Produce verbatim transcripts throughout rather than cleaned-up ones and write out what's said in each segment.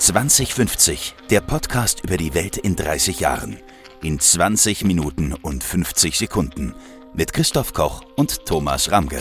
zwanzig fünfzig, der Podcast über die Welt in dreißig Jahren. In zwanzig Minuten und fünfzig Sekunden. Mit Christoph Koch und Thomas Ramge.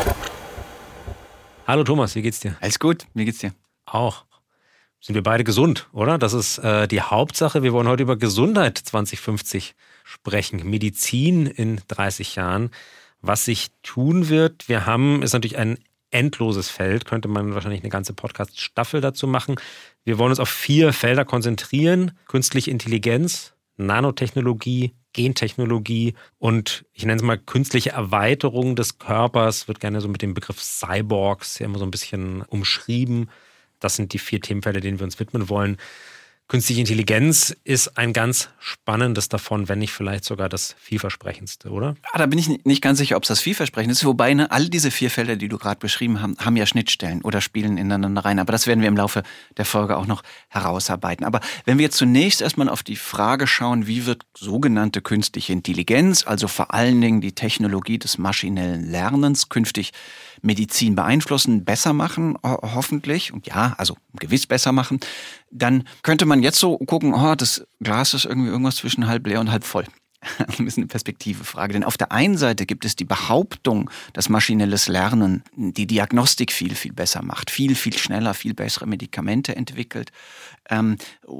Hallo Thomas, wie geht's dir? Alles gut, wie geht's dir? Auch. Sind wir beide gesund, oder? Das ist äh, die Hauptsache. Wir wollen heute über Gesundheit zwanzig fünfzig sprechen. Medizin in dreißig Jahren. Was sich tun wird, wir haben, ist natürlich ein endloses Feld, könnte man wahrscheinlich eine ganze Podcast-Staffel dazu machen. Wir wollen uns auf vier Felder konzentrieren. Künstliche Intelligenz, Nanotechnologie, Gentechnologie und ich nenne es mal künstliche Erweiterung des Körpers, wird gerne so mit dem Begriff Cyborgs ja immer so ein bisschen umschrieben. Das sind die vier Themenfelder, denen wir uns widmen wollen. Künstliche Intelligenz ist ein ganz spannendes davon, wenn nicht vielleicht sogar das vielversprechendste, oder? Ah, da bin ich nicht ganz sicher, ob es das vielversprechend ist. Wobei, ne, all diese vier Felder, die du gerade beschrieben hast, haben ja Schnittstellen oder spielen ineinander rein. Aber das werden wir im Laufe der Folge auch noch herausarbeiten. Aber wenn wir jetzt zunächst erstmal auf die Frage schauen, wie wird sogenannte künstliche Intelligenz, also vor allen Dingen die Technologie des maschinellen Lernens, künftig Medizin beeinflussen, besser machen, ho- hoffentlich, und ja, also gewiss besser machen, dann könnte man jetzt so gucken, oh, das Glas ist irgendwie irgendwas zwischen halb leer und halb voll. Ein bisschen eine Perspektivefrage. Denn auf der einen Seite gibt es die Behauptung, dass maschinelles Lernen die Diagnostik viel, viel besser macht, viel, viel schneller, viel bessere Medikamente entwickelt. Ähm,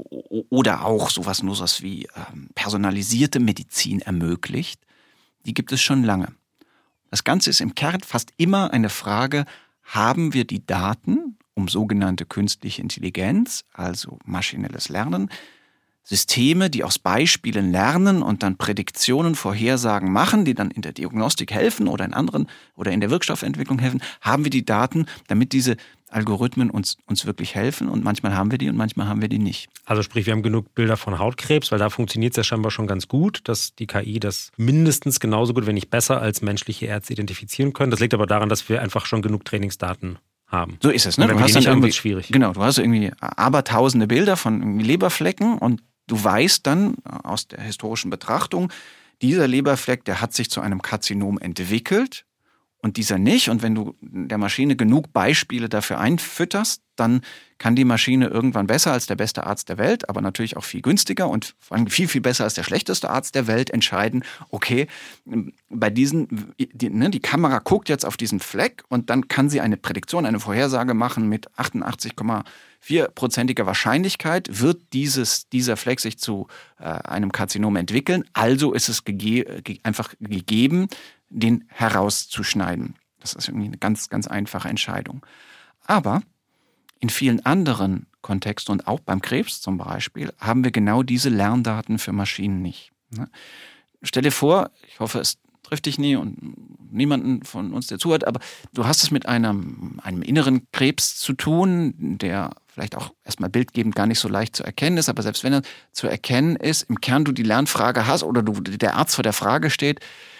oder auch sowas nur sowas wie ähm, personalisierte Medizin ermöglicht. Die gibt es schon lange. Das Ganze ist im Kern fast immer eine Frage, haben wir die Daten, um sogenannte künstliche Intelligenz, also maschinelles Lernen, Systeme, die aus Beispielen lernen und dann Prädiktionen, Vorhersagen machen, die dann in der Diagnostik helfen oder in anderen oder in der Wirkstoffentwicklung helfen, haben wir die Daten, damit diese Algorithmen uns, uns wirklich helfen, und manchmal haben wir die und manchmal haben wir die nicht. Also sprich, wir haben genug Bilder von Hautkrebs, weil da funktioniert es ja scheinbar schon ganz gut, dass die K I das mindestens genauso gut, wenn nicht besser, als menschliche Ärzte identifizieren können. Das liegt aber daran, dass wir einfach schon genug Trainingsdaten haben. So ist es, ne? Und wenn Du wir hast die dann nicht haben, irgendwie, wird es schwierig. Genau, du hast irgendwie abertausende Bilder von Leberflecken und du weißt dann aus der historischen Betrachtung, dieser Leberfleck, der hat sich zu einem Karzinom entwickelt und dieser nicht. Und wenn du der Maschine genug Beispiele dafür einfütterst, dann kann die Maschine irgendwann besser als der beste Arzt der Welt, aber natürlich auch viel günstiger und vor allem viel, viel besser als der schlechteste Arzt der Welt entscheiden, okay, bei diesen, die, ne, die Kamera guckt jetzt auf diesen Fleck und dann kann sie eine Prädiktion, eine Vorhersage machen mit achtundachtzig Komma vier prozentiger Wahrscheinlichkeit wird dieses, dieser Fleck sich zu äh, einem Karzinom entwickeln. Also ist es gege- ge- einfach gegeben, den herauszuschneiden. Das ist irgendwie eine ganz, ganz einfache Entscheidung. Aber in vielen anderen Kontexten und auch beim Krebs zum Beispiel haben wir genau diese Lerndaten für Maschinen nicht. Stell dir vor, ich hoffe, es trifft dich nie und niemanden von uns, der zuhört, aber du hast es mit einem, einem inneren Krebs zu tun, der vielleicht auch erstmal bildgebend gar nicht so leicht zu erkennen ist, aber selbst wenn er zu erkennen ist, im Kern du die Lernfrage hast oder du, der Arzt vor der Frage steht,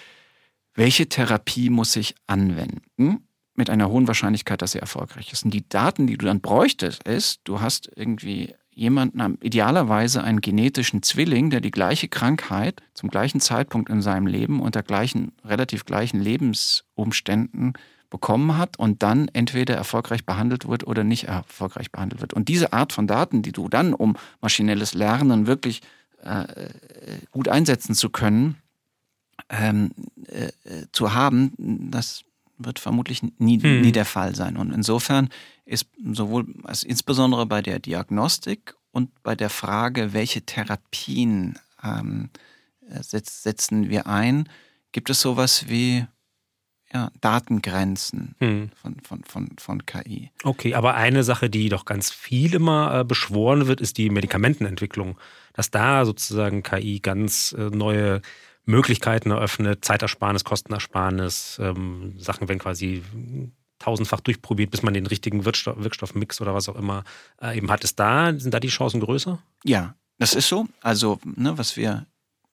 welche Therapie muss ich anwenden? Mit einer hohen Wahrscheinlichkeit, dass sie erfolgreich ist. Und die Daten, die du dann bräuchtest, ist, du hast irgendwie jemanden, idealerweise einen genetischen Zwilling, der die gleiche Krankheit zum gleichen Zeitpunkt in seinem Leben unter gleichen, relativ gleichen Lebensumständen bekommen hat und dann entweder erfolgreich behandelt wird oder nicht erfolgreich behandelt wird. Und diese Art von Daten, die du dann, um maschinelles Lernen wirklich äh, gut einsetzen zu können, ähm, äh, zu haben, das wird vermutlich nie, hm. nie der Fall sein. Und insofern ist sowohl, also insbesondere bei der Diagnostik und bei der Frage, welche Therapien ähm, setz, setzen wir ein, gibt es sowas wie ja, Datengrenzen hm. von, von, von, von K I. Okay, aber eine Sache, die doch ganz viel immer äh, beschworen wird, ist die Medikamentenentwicklung. Dass da sozusagen K I ganz äh, neue Möglichkeiten eröffnet, Zeitersparnis, Kostenersparnis, ähm, Sachen werden quasi tausendfach durchprobiert, bis man den richtigen Wirkstoff, Wirkstoffmix oder was auch immer äh, eben hat. Ist da, sind da die Chancen größer? Ja, das ist so. Also, ne, was wir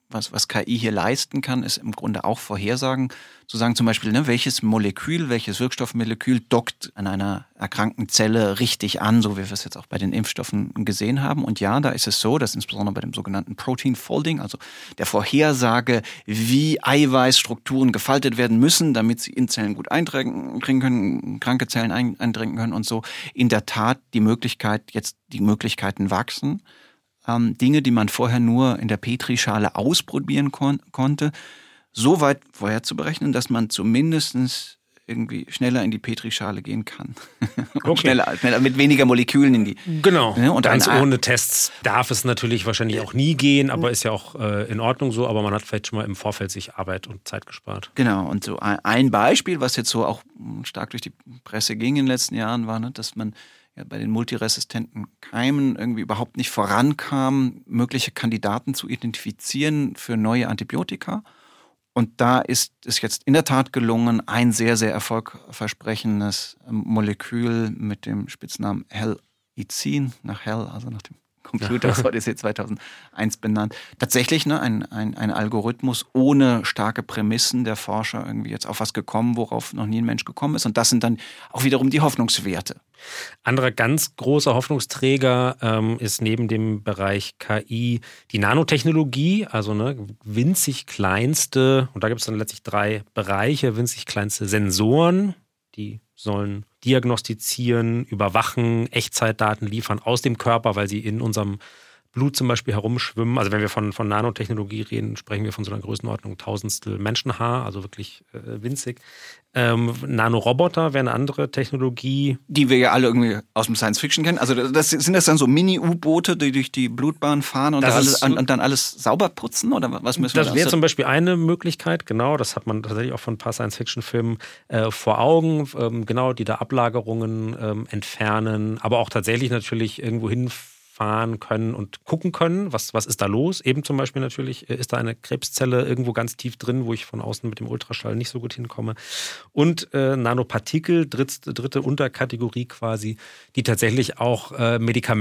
was, was K I hier leisten kann, ist im Grunde auch Vorhersagen. Zu sagen zum Beispiel, ne, welches Molekül, welches Wirkstoffmolekül dockt an einer erkrankten Zelle richtig an, so wie wir es jetzt auch bei den Impfstoffen gesehen haben. Und ja, da ist es so, dass insbesondere bei dem sogenannten Protein Folding, also der Vorhersage, wie Eiweißstrukturen gefaltet werden müssen, damit sie in Zellen gut eindringen können, kranke Zellen eindringen können und so, in der Tat die Möglichkeit, jetzt die Möglichkeiten wachsen. Ähm, Dinge, die man vorher nur in der Petrischale ausprobieren kon- konnte, so weit vorher zu berechnen, dass man zumindest irgendwie schneller in die Petrischale gehen kann. Okay. schneller, schneller, mit weniger Molekülen in die... Genau, ne? Und ganz ein, ohne Tests darf es natürlich wahrscheinlich auch nie gehen, aber ist ja auch äh, in Ordnung so, aber man hat vielleicht schon mal im Vorfeld sich Arbeit und Zeit gespart. Genau, und so ein Beispiel, was jetzt so auch stark durch die Presse ging in den letzten Jahren, war, ne, dass man ja bei den multiresistenten Keimen irgendwie überhaupt nicht vorankam, mögliche Kandidaten zu identifizieren für neue Antibiotika. Und da ist es jetzt in der Tat gelungen, ein sehr, sehr erfolgversprechendes Molekül mit dem Spitznamen Hel-Izin, nach Hell, also nach dem Computer, das war Odyssey zweitausendeins benannt. Tatsächlich ne, ein, ein, ein Algorithmus ohne starke Prämissen der Forscher irgendwie jetzt auf was gekommen, worauf noch nie ein Mensch gekommen ist. Und das sind dann auch wiederum die Hoffnungswerte. Anderer ganz großer Hoffnungsträger ähm, ist neben dem Bereich K I die Nanotechnologie, also ne, winzig kleinste, und da gibt es dann letztlich drei Bereiche, winzig kleinste Sensoren, die sollen diagnostizieren, überwachen, Echtzeitdaten liefern aus dem Körper, weil sie in unserem Blut zum Beispiel herumschwimmen. Also wenn wir von, von Nanotechnologie reden, sprechen wir von so einer Größenordnung Tausendstel Menschenhaar, also wirklich äh, winzig. Ähm, Nanoroboter wäre eine andere Technologie. Die wir ja alle irgendwie aus dem Science-Fiction kennen. Also das, sind das dann so Mini-U-Boote, die durch die Blutbahn fahren und, da alles, und, und dann alles sauber putzen? Oder was müssen wir das wäre zum Beispiel eine Möglichkeit, genau. Das hat man tatsächlich auch von ein paar Science-Fiction-Filmen äh, vor Augen. Ähm, genau, die da Ablagerungen ähm, entfernen, aber auch tatsächlich natürlich irgendwo hinfahren fahren können und gucken können, was, was ist da los. Eben zum Beispiel natürlich, ist da eine Krebszelle irgendwo ganz tief drin, wo ich von außen mit dem Ultraschall nicht so gut hinkomme. Und äh, Nanopartikel, dritt, dritte Unterkategorie quasi, die tatsächlich auch äh,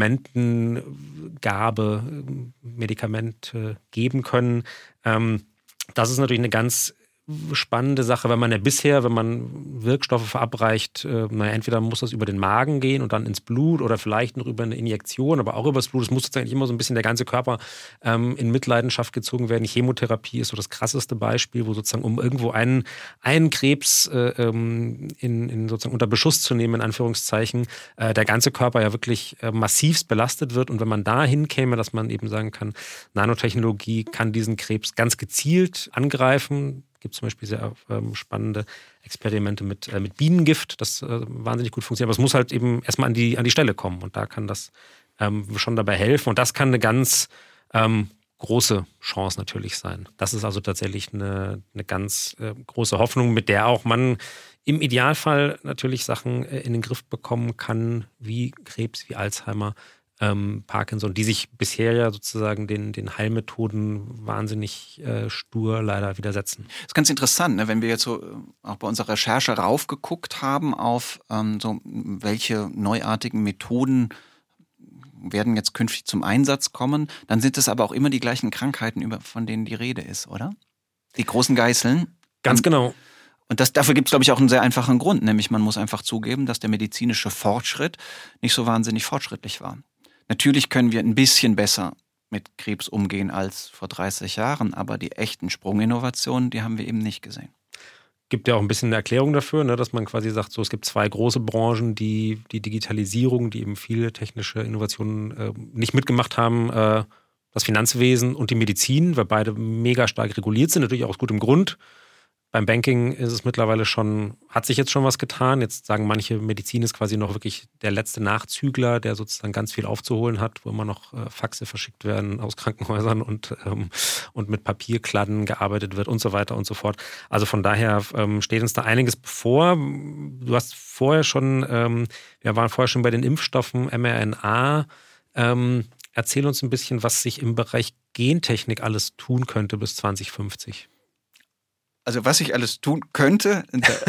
Medikamentengabe, Medikamente geben können. Ähm, das ist natürlich eine ganz spannende Sache, wenn man ja bisher, wenn man Wirkstoffe verabreicht, äh, naja, entweder muss das über den Magen gehen und dann ins Blut oder vielleicht noch über eine Injektion, aber auch übers Blut. Es muss sozusagen immer so ein bisschen der ganze Körper ähm, in Mitleidenschaft gezogen werden. Chemotherapie ist so das krasseste Beispiel, wo sozusagen, um irgendwo einen, einen Krebs äh, in, in sozusagen unter Beschuss zu nehmen, in Anführungszeichen, äh, der ganze Körper ja wirklich äh, massivst belastet wird. Und wenn man da hinkäme, dass man eben sagen kann, Nanotechnologie kann diesen Krebs ganz gezielt angreifen. Es gibt zum Beispiel sehr ähm, spannende Experimente mit, äh, mit Bienengift, das äh, wahnsinnig gut funktioniert. Aber es muss halt eben erstmal an die, an die Stelle kommen. Und da kann das ähm, schon dabei helfen. Und das kann eine ganz ähm, große Chance natürlich sein. Das ist also tatsächlich eine, eine ganz äh, große Hoffnung, mit der auch man im Idealfall natürlich Sachen äh, in den Griff bekommen kann, wie Krebs, wie Alzheimer, Ähm, Parkinson, die sich bisher ja sozusagen den, den Heilmethoden wahnsinnig äh, stur leider widersetzen. Das ist ganz interessant, ne? Wenn wir jetzt so auch bei unserer Recherche raufgeguckt haben auf ähm, so welche neuartigen Methoden werden jetzt künftig zum Einsatz kommen, dann sind es aber auch immer die gleichen Krankheiten, über, von denen die Rede ist, oder? Die großen Geißeln. Ganz genau. Und das, dafür gibt es, glaube ich, auch einen sehr einfachen Grund, nämlich man muss einfach zugeben, dass der medizinische Fortschritt nicht so wahnsinnig fortschrittlich war. Natürlich können wir ein bisschen besser mit Krebs umgehen als vor dreißig Jahren, aber die echten Sprunginnovationen, die haben wir eben nicht gesehen. Gibt ja auch ein bisschen eine Erklärung dafür, ne, dass man quasi sagt, so es gibt zwei große Branchen, die die Digitalisierung, die eben viele technische Innovationen äh, nicht mitgemacht haben, äh, das Finanzwesen und die Medizin, weil beide mega stark reguliert sind, natürlich auch aus gutem Grund. Beim Banking ist es mittlerweile schon, hat sich jetzt schon was getan. Jetzt sagen manche, Medizin ist quasi noch wirklich der letzte Nachzügler, der sozusagen ganz viel aufzuholen hat, wo immer noch äh, Faxe verschickt werden aus Krankenhäusern und, ähm, und mit Papierkladden gearbeitet wird und so weiter und so fort. Also von daher ähm, steht uns da einiges bevor. Du hast vorher schon, ähm, wir waren vorher schon bei den Impfstoffen mRNA. Ähm, erzähl uns ein bisschen, was sich im Bereich Gentechnik alles tun könnte bis zwanzig fünfzig. Also was ich alles tun könnte,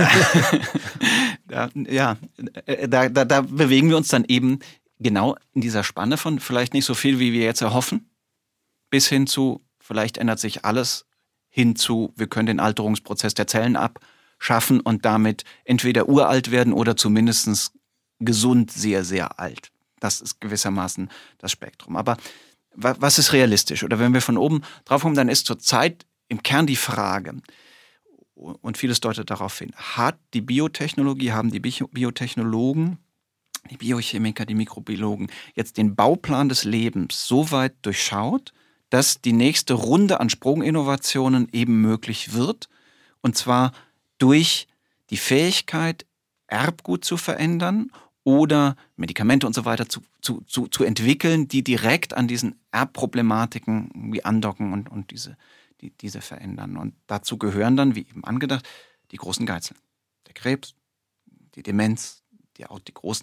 da, ja, da, da, da bewegen wir uns dann eben genau in dieser Spanne von vielleicht nicht so viel, wie wir jetzt erhoffen, bis hin zu vielleicht ändert sich alles hin zu, wir können den Alterungsprozess der Zellen abschaffen und damit entweder uralt werden oder zumindest gesund sehr, sehr alt. Das ist gewissermaßen das Spektrum. Aber was ist realistisch? Oder wenn wir von oben drauf kommen, dann ist zurzeit im Kern die Frage, und vieles deutet darauf hin, hat die Biotechnologie, haben die Biotechnologen, die Biochemiker, die Mikrobiologen jetzt den Bauplan des Lebens so weit durchschaut, dass die nächste Runde an Sprunginnovationen eben möglich wird, und zwar durch die Fähigkeit, Erbgut zu verändern oder Medikamente und so weiter zu, zu, zu, zu entwickeln, die direkt an diesen Erbproblematiken irgendwie andocken und, und diese, die, diese verändern. Und dazu gehören dann, wie eben angedacht, die großen Geizeln. Der Krebs, die Demenz, die, die großen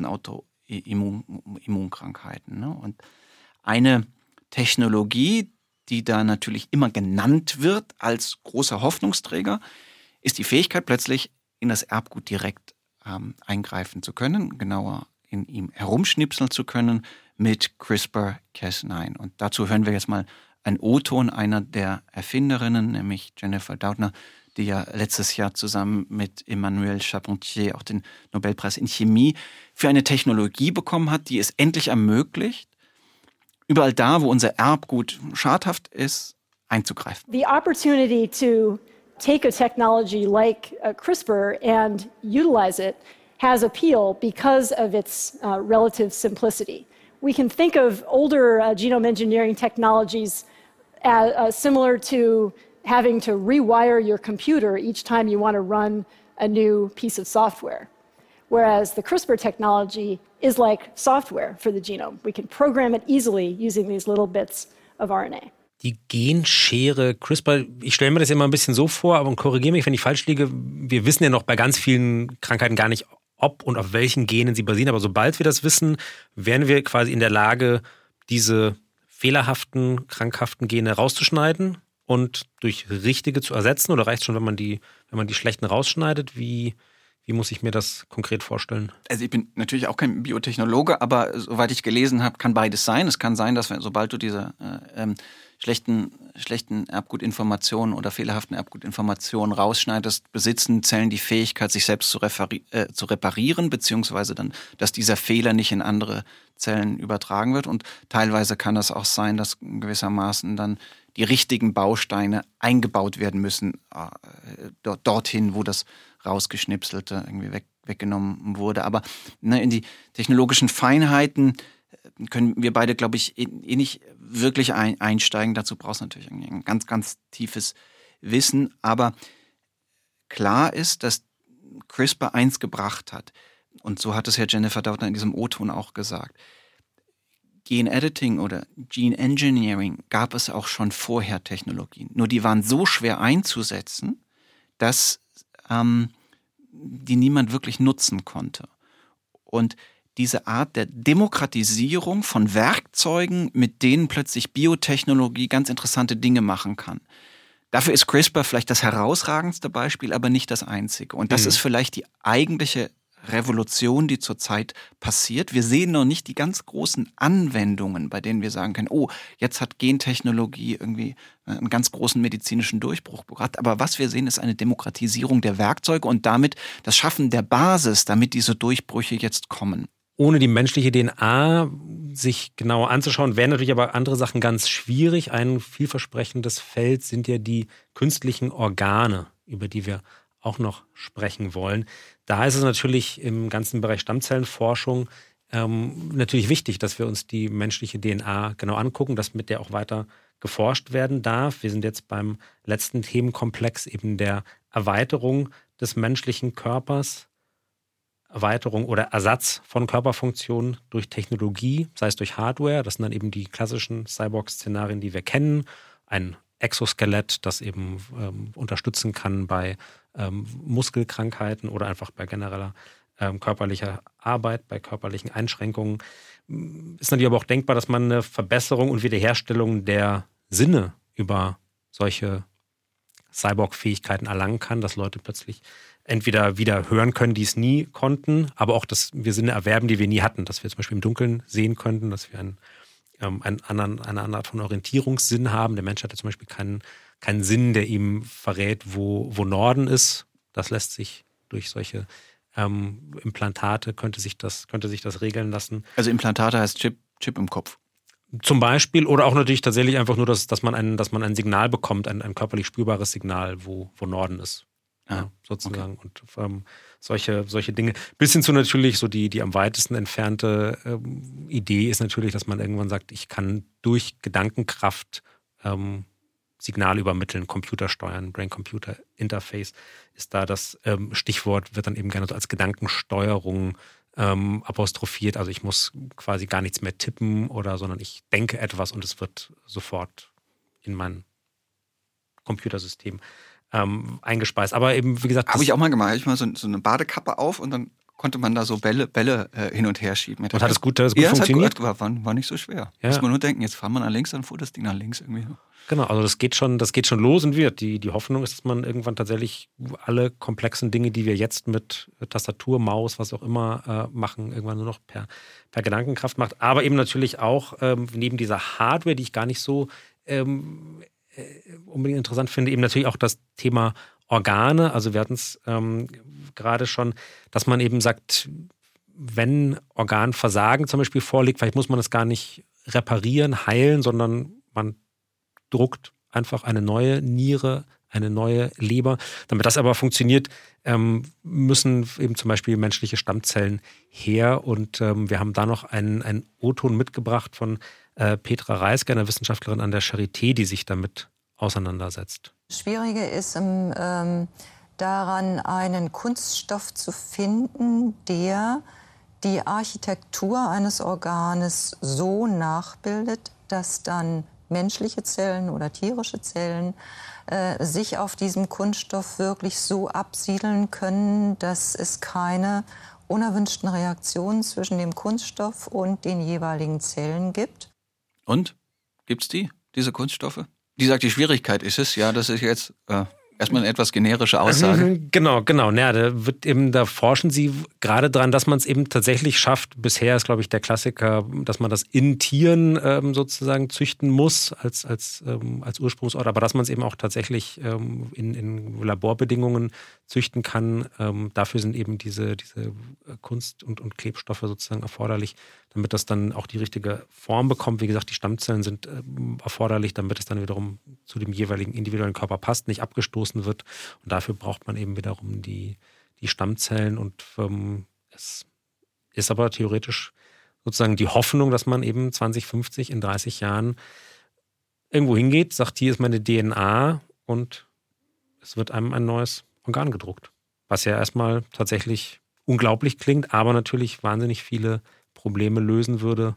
Autoimmunkrankheiten. Ne? Und eine Technologie, die da natürlich immer genannt wird als großer Hoffnungsträger, ist die Fähigkeit, plötzlich in das Erbgut direkt ähm, eingreifen zu können, genauer in ihm herumschnipseln zu können mit CRISPR Cas neun. Und dazu hören wir jetzt mal einen O-Ton einer der Erfinderinnen, nämlich Jennifer Doudna, die ja letztes Jahr zusammen mit Emmanuel Charpentier auch den Nobelpreis in Chemie für eine Technologie bekommen hat, die es endlich ermöglicht, überall da, wo unser Erbgut schadhaft ist, einzugreifen. The opportunity to take a technology like uh, CRISPR and utilize it has appeal because of its uh, relative simplicity. We can think of older uh, genome engineering technologies as, uh, similar to having to rewire your computer each time you want to run a new piece of software. Whereas the CRISPR technology is like software for the genome. We can program it easily using these little bits of R N A. Die Genschere CRISPR, ich stelle mir das immer ein bisschen so vor, aber korrigiere mich, wenn ich falsch liege. Wir wissen ja noch bei ganz vielen Krankheiten gar nicht, ob und auf welchen Genen sie basieren. Aber sobald wir das wissen, werden wir quasi in der Lage, diese fehlerhaften, krankhaften Gene rauszuschneiden und durch richtige zu ersetzen. Oder reicht es schon, wenn man die, wenn man die schlechten rausschneidet? Wie, wie muss ich mir das konkret vorstellen? Also ich bin natürlich auch kein Biotechnologe, aber soweit ich gelesen habe, kann beides sein. Es kann sein, dass wir, sobald du diese äh, ähm, schlechten, schlechten Erbgutinformationen oder fehlerhaften Erbgutinformationen rausschneidest, besitzen Zellen die Fähigkeit, sich selbst zu, referi- äh, zu reparieren, beziehungsweise dann, dass dieser Fehler nicht in andere Zellen übertragen wird. Und teilweise kann es auch sein, dass gewissermaßen dann die richtigen Bausteine eingebaut werden müssen, äh, dort, dorthin, wo das rausgeschnipselte irgendwie weg, weggenommen wurde. Aber ne, in die technologischen Feinheiten können wir beide, glaube ich, eh, eh nicht wirklich ein, einsteigen. Dazu brauchst du natürlich ein ganz, ganz tiefes Wissen. Aber klar ist, dass CRISPR eins gebracht hat. Und so hat es Herr Jennifer Doudna in diesem O-Ton auch gesagt. Gene Editing oder Gene Engineering gab es auch schon vorher Technologien. Nur die waren so schwer einzusetzen, dass ähm, die niemand wirklich nutzen konnte. Und diese Art der Demokratisierung von Werkzeugen, mit denen plötzlich Biotechnologie ganz interessante Dinge machen kann. Dafür ist CRISPR vielleicht das herausragendste Beispiel, aber nicht das einzige. Und das mhm. ist vielleicht die eigentliche Revolution, die zurzeit passiert. Wir sehen noch nicht die ganz großen Anwendungen, bei denen wir sagen können, oh, jetzt hat Gentechnologie irgendwie einen ganz großen medizinischen Durchbruch gebracht. Aber was wir sehen, ist eine Demokratisierung der Werkzeuge und damit das Schaffen der Basis, damit diese Durchbrüche jetzt kommen. Ohne die menschliche D N A sich genauer anzuschauen, wären natürlich aber andere Sachen ganz schwierig. Ein vielversprechendes Feld sind ja die künstlichen Organe, über die wir auch noch sprechen wollen. Da ist es natürlich im ganzen Bereich Stammzellenforschung ähm, natürlich wichtig, dass wir uns die menschliche D N A genau angucken, dass mit der auch weiter geforscht werden darf. Wir sind jetzt beim letzten Themenkomplex eben der Erweiterung des menschlichen Körpers. Erweiterung oder Ersatz von Körperfunktionen durch Technologie, sei es durch Hardware. Das sind dann eben die klassischen Cyborg-Szenarien, die wir kennen. Ein Exoskelett, das eben ähm, unterstützen kann bei ähm, Muskelkrankheiten oder einfach bei genereller ähm, körperlicher Arbeit, bei körperlichen Einschränkungen. Ist natürlich aber auch denkbar, dass man eine Verbesserung und Wiederherstellung der Sinne über solche Cyborg-Fähigkeiten erlangen kann, dass Leute plötzlich entweder wieder hören können, die es nie konnten, aber auch, dass wir Sinne erwerben, die wir nie hatten, dass wir zum Beispiel im Dunkeln sehen könnten, dass wir ein ähm, einen anderen, eine andere Art von Orientierungssinn haben. Der Mensch hat ja zum Beispiel keinen, keinen Sinn, der ihm verrät, wo, wo Norden ist. Das lässt sich durch solche ähm, Implantate, könnte sich das, könnte sich das regeln lassen. Also Implantate heißt Chip, Chip im Kopf. Zum Beispiel, oder auch natürlich tatsächlich einfach nur, dass, dass, man, ein, dass man ein Signal bekommt, ein, ein körperlich spürbares Signal, wo, wo Norden ist. Ja, ja, sozusagen. Okay. Und ähm, solche, solche Dinge. Bis hin zu natürlich so die, die am weitesten entfernte ähm, Idee ist natürlich, dass man irgendwann sagt, ich kann durch Gedankenkraft ähm, Signale übermitteln, Computer steuern, Brain-Computer-Interface ist da das ähm, Stichwort, wird dann eben gerne so als Gedankensteuerung ähm, apostrophiert. Also ich muss quasi gar nichts mehr tippen oder, sondern ich denke etwas und es wird sofort in mein Computersystem ähm, eingespeist. Aber eben, wie gesagt... Habe ich auch mal gemacht. Ich mal so, so eine Badekappe auf und dann konnte man da so Bälle, Bälle äh, hin und her schieben. Und hat es gut, hat es gut ja, funktioniert? Ja, war, war nicht so schwer. Ja. Muss man nur denken, jetzt fahren wir nach links, dann fuhr das Ding nach links irgendwie. Genau, also das geht schon, das geht schon los und wird. Die, die Hoffnung ist, dass man irgendwann tatsächlich alle komplexen Dinge, die wir jetzt mit Tastatur, Maus, was auch immer äh, machen, irgendwann nur noch per, per Gedankenkraft macht. Aber eben natürlich auch ähm, neben dieser Hardware, die ich gar nicht so ähm, äh, unbedingt interessant finde, eben natürlich auch das Thema Organe. Also wir hatten es ähm, gerade schon, dass man eben sagt, wenn Organversagen zum Beispiel vorliegt, vielleicht muss man es gar nicht reparieren, heilen, sondern man druckt einfach eine neue Niere, eine neue Leber. Damit das aber funktioniert, ähm, müssen eben zum Beispiel menschliche Stammzellen her. Und ähm, wir haben da noch einen, einen O-Ton mitgebracht von äh, Petra Reiske, einer Wissenschaftlerin an der Charité, die sich damit auseinandersetzt. Das Schwierige ist im, ähm, daran, einen Kunststoff zu finden, der die Architektur eines Organes so nachbildet, dass dann menschliche Zellen oder tierische Zellen äh, sich auf diesem Kunststoff wirklich so absiedeln können, dass es keine unerwünschten Reaktionen zwischen dem Kunststoff und den jeweiligen Zellen gibt. Und? Gibt's die, diese Kunststoffe? Die sagt, die Schwierigkeit ist es, ja, das ist jetzt äh, erstmal eine etwas generische Aussage. Genau, genau. Ja, da, wird eben, da forschen sie gerade dran, dass man es eben tatsächlich schafft. Bisher ist, glaube ich, der Klassiker, dass man das in Tieren ähm, sozusagen züchten muss als, als, ähm, als Ursprungsort, aber dass man es eben auch tatsächlich ähm, in, in Laborbedingungen züchten kann. Ähm, dafür sind eben diese, diese Kunst- und, und Klebstoffe sozusagen erforderlich, damit das dann auch die richtige Form bekommt. Wie gesagt, die Stammzellen sind ähm, erforderlich, damit es dann wiederum zu dem jeweiligen individuellen Körper passt, nicht abgestoßen wird. Und dafür braucht man eben wiederum die, die Stammzellen. Und ähm, es ist aber theoretisch sozusagen die Hoffnung, dass man eben zwanzig fünfzig, in dreißig Jahren irgendwo hingeht, sagt, hier ist meine D N A und es wird einem ein neues Organ gedruckt. Was ja erstmal tatsächlich unglaublich klingt, aber natürlich wahnsinnig viele Probleme lösen würde,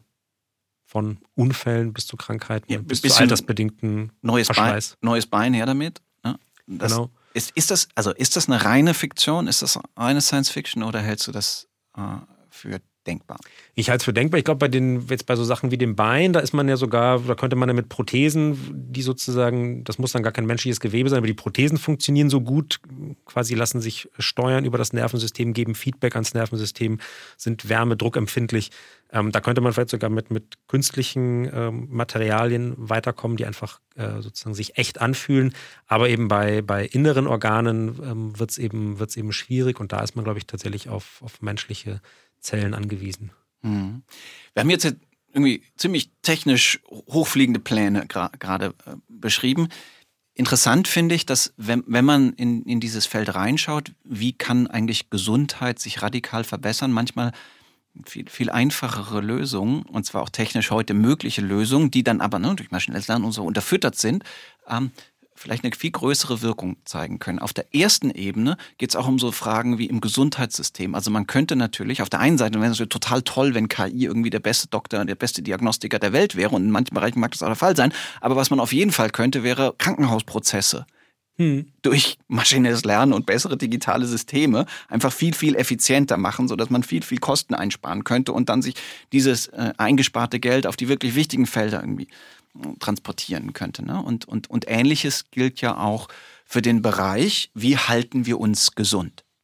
von Unfällen bis zu Krankheiten, ja, bis zu altersbedingten neues Verschleiß. Bein, neues Bein her damit. Ja, das genau. Ist, ist, das, also ist das eine reine Fiktion? Ist das reine Science Fiction oder hältst du das äh, für denkbar? Ich halte es für denkbar. Ich glaube, bei den, jetzt bei so Sachen wie dem Bein, da ist man ja sogar, da könnte man ja mit Prothesen, die sozusagen, das muss dann gar kein menschliches Gewebe sein, aber die Prothesen funktionieren so gut, quasi lassen sich steuern über das Nervensystem, geben Feedback ans Nervensystem, sind wärmedruckempfindlich. Ähm, da könnte man vielleicht sogar mit, mit künstlichen ähm, Materialien weiterkommen, die einfach äh, sozusagen sich echt anfühlen. Aber eben bei, bei inneren Organen ähm, wird es eben, wird's eben schwierig und da ist man, glaube ich, tatsächlich auf, auf menschliche Zellen angewiesen. Mhm. Wir haben jetzt irgendwie ziemlich technisch hochfliegende Pläne gerade äh, beschrieben. Interessant finde ich, dass wenn, wenn man in, in dieses Feld reinschaut, wie kann eigentlich Gesundheit sich radikal verbessern? Manchmal viel, viel einfachere Lösungen, und zwar auch technisch heute mögliche Lösungen, die dann aber ne, durch maschinelles Lernen und so unterfüttert sind, ähm, vielleicht eine viel größere Wirkung zeigen können. Auf der ersten Ebene geht es auch um so Fragen wie im Gesundheitssystem. Also man könnte natürlich, auf der einen Seite wäre es total toll, wenn K I irgendwie der beste Doktor, der beste Diagnostiker der Welt wäre und in manchen Bereichen mag das auch der Fall sein, aber was man auf jeden Fall könnte, wäre Krankenhausprozesse hm. durch maschinelles Lernen und bessere digitale Systeme einfach viel, viel effizienter machen, sodass man viel, viel Kosten einsparen könnte und dann sich dieses äh, eingesparte Geld auf die wirklich wichtigen Felder irgendwie transportieren könnte. Ne? Und, und, und Ähnliches gilt ja auch für den Bereich, wie halten wir uns gesund?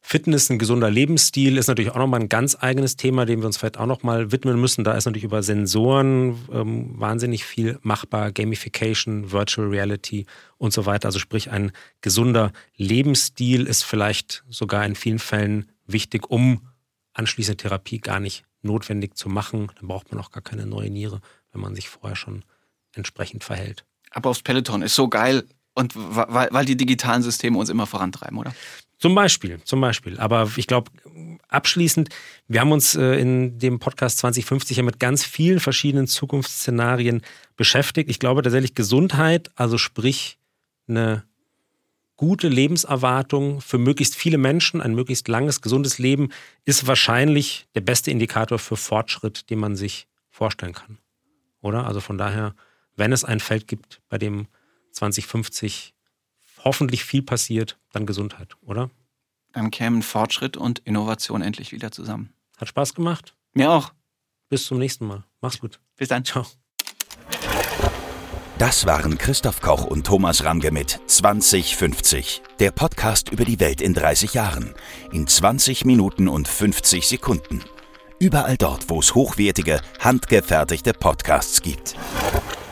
Fitness, ein gesunder Lebensstil ist natürlich auch nochmal ein ganz eigenes Thema, dem wir uns vielleicht auch nochmal widmen müssen. Da ist natürlich über Sensoren ähm, wahnsinnig viel machbar, Gamification, Virtual Reality und so weiter. Also sprich, ein gesunder Lebensstil ist vielleicht sogar in vielen Fällen wichtig, um anschließende Therapie gar nicht notwendig zu machen. Dann braucht man auch gar keine neue Niere, wenn man sich vorher schon entsprechend verhält. Aber aufs Peloton ist so geil und weil, weil die digitalen Systeme uns immer vorantreiben, oder? Zum Beispiel, zum Beispiel. Aber ich glaube, abschließend, wir haben uns äh, in dem Podcast zwanzig fünfzig ja mit ganz vielen verschiedenen Zukunftsszenarien beschäftigt. Ich glaube tatsächlich Gesundheit, also sprich eine gute Lebenserwartung für möglichst viele Menschen, ein möglichst langes, gesundes Leben, ist wahrscheinlich der beste Indikator für Fortschritt, den man sich vorstellen kann. Oder? Also von daher, wenn es ein Feld gibt, bei dem zwanzig fünfzig hoffentlich viel passiert, dann Gesundheit, oder? Dann kämen Fortschritt und Innovation endlich wieder zusammen. Hat Spaß gemacht? Mir auch. Bis zum nächsten Mal. Mach's gut. Bis dann. Ciao. Das waren Christoph Koch und Thomas Ramge mit zwanzig fünfzig, der Podcast über die Welt in dreißig Jahren, in zwanzig Minuten und fünfzig Sekunden. Überall dort, wo es hochwertige, handgefertigte Podcasts gibt.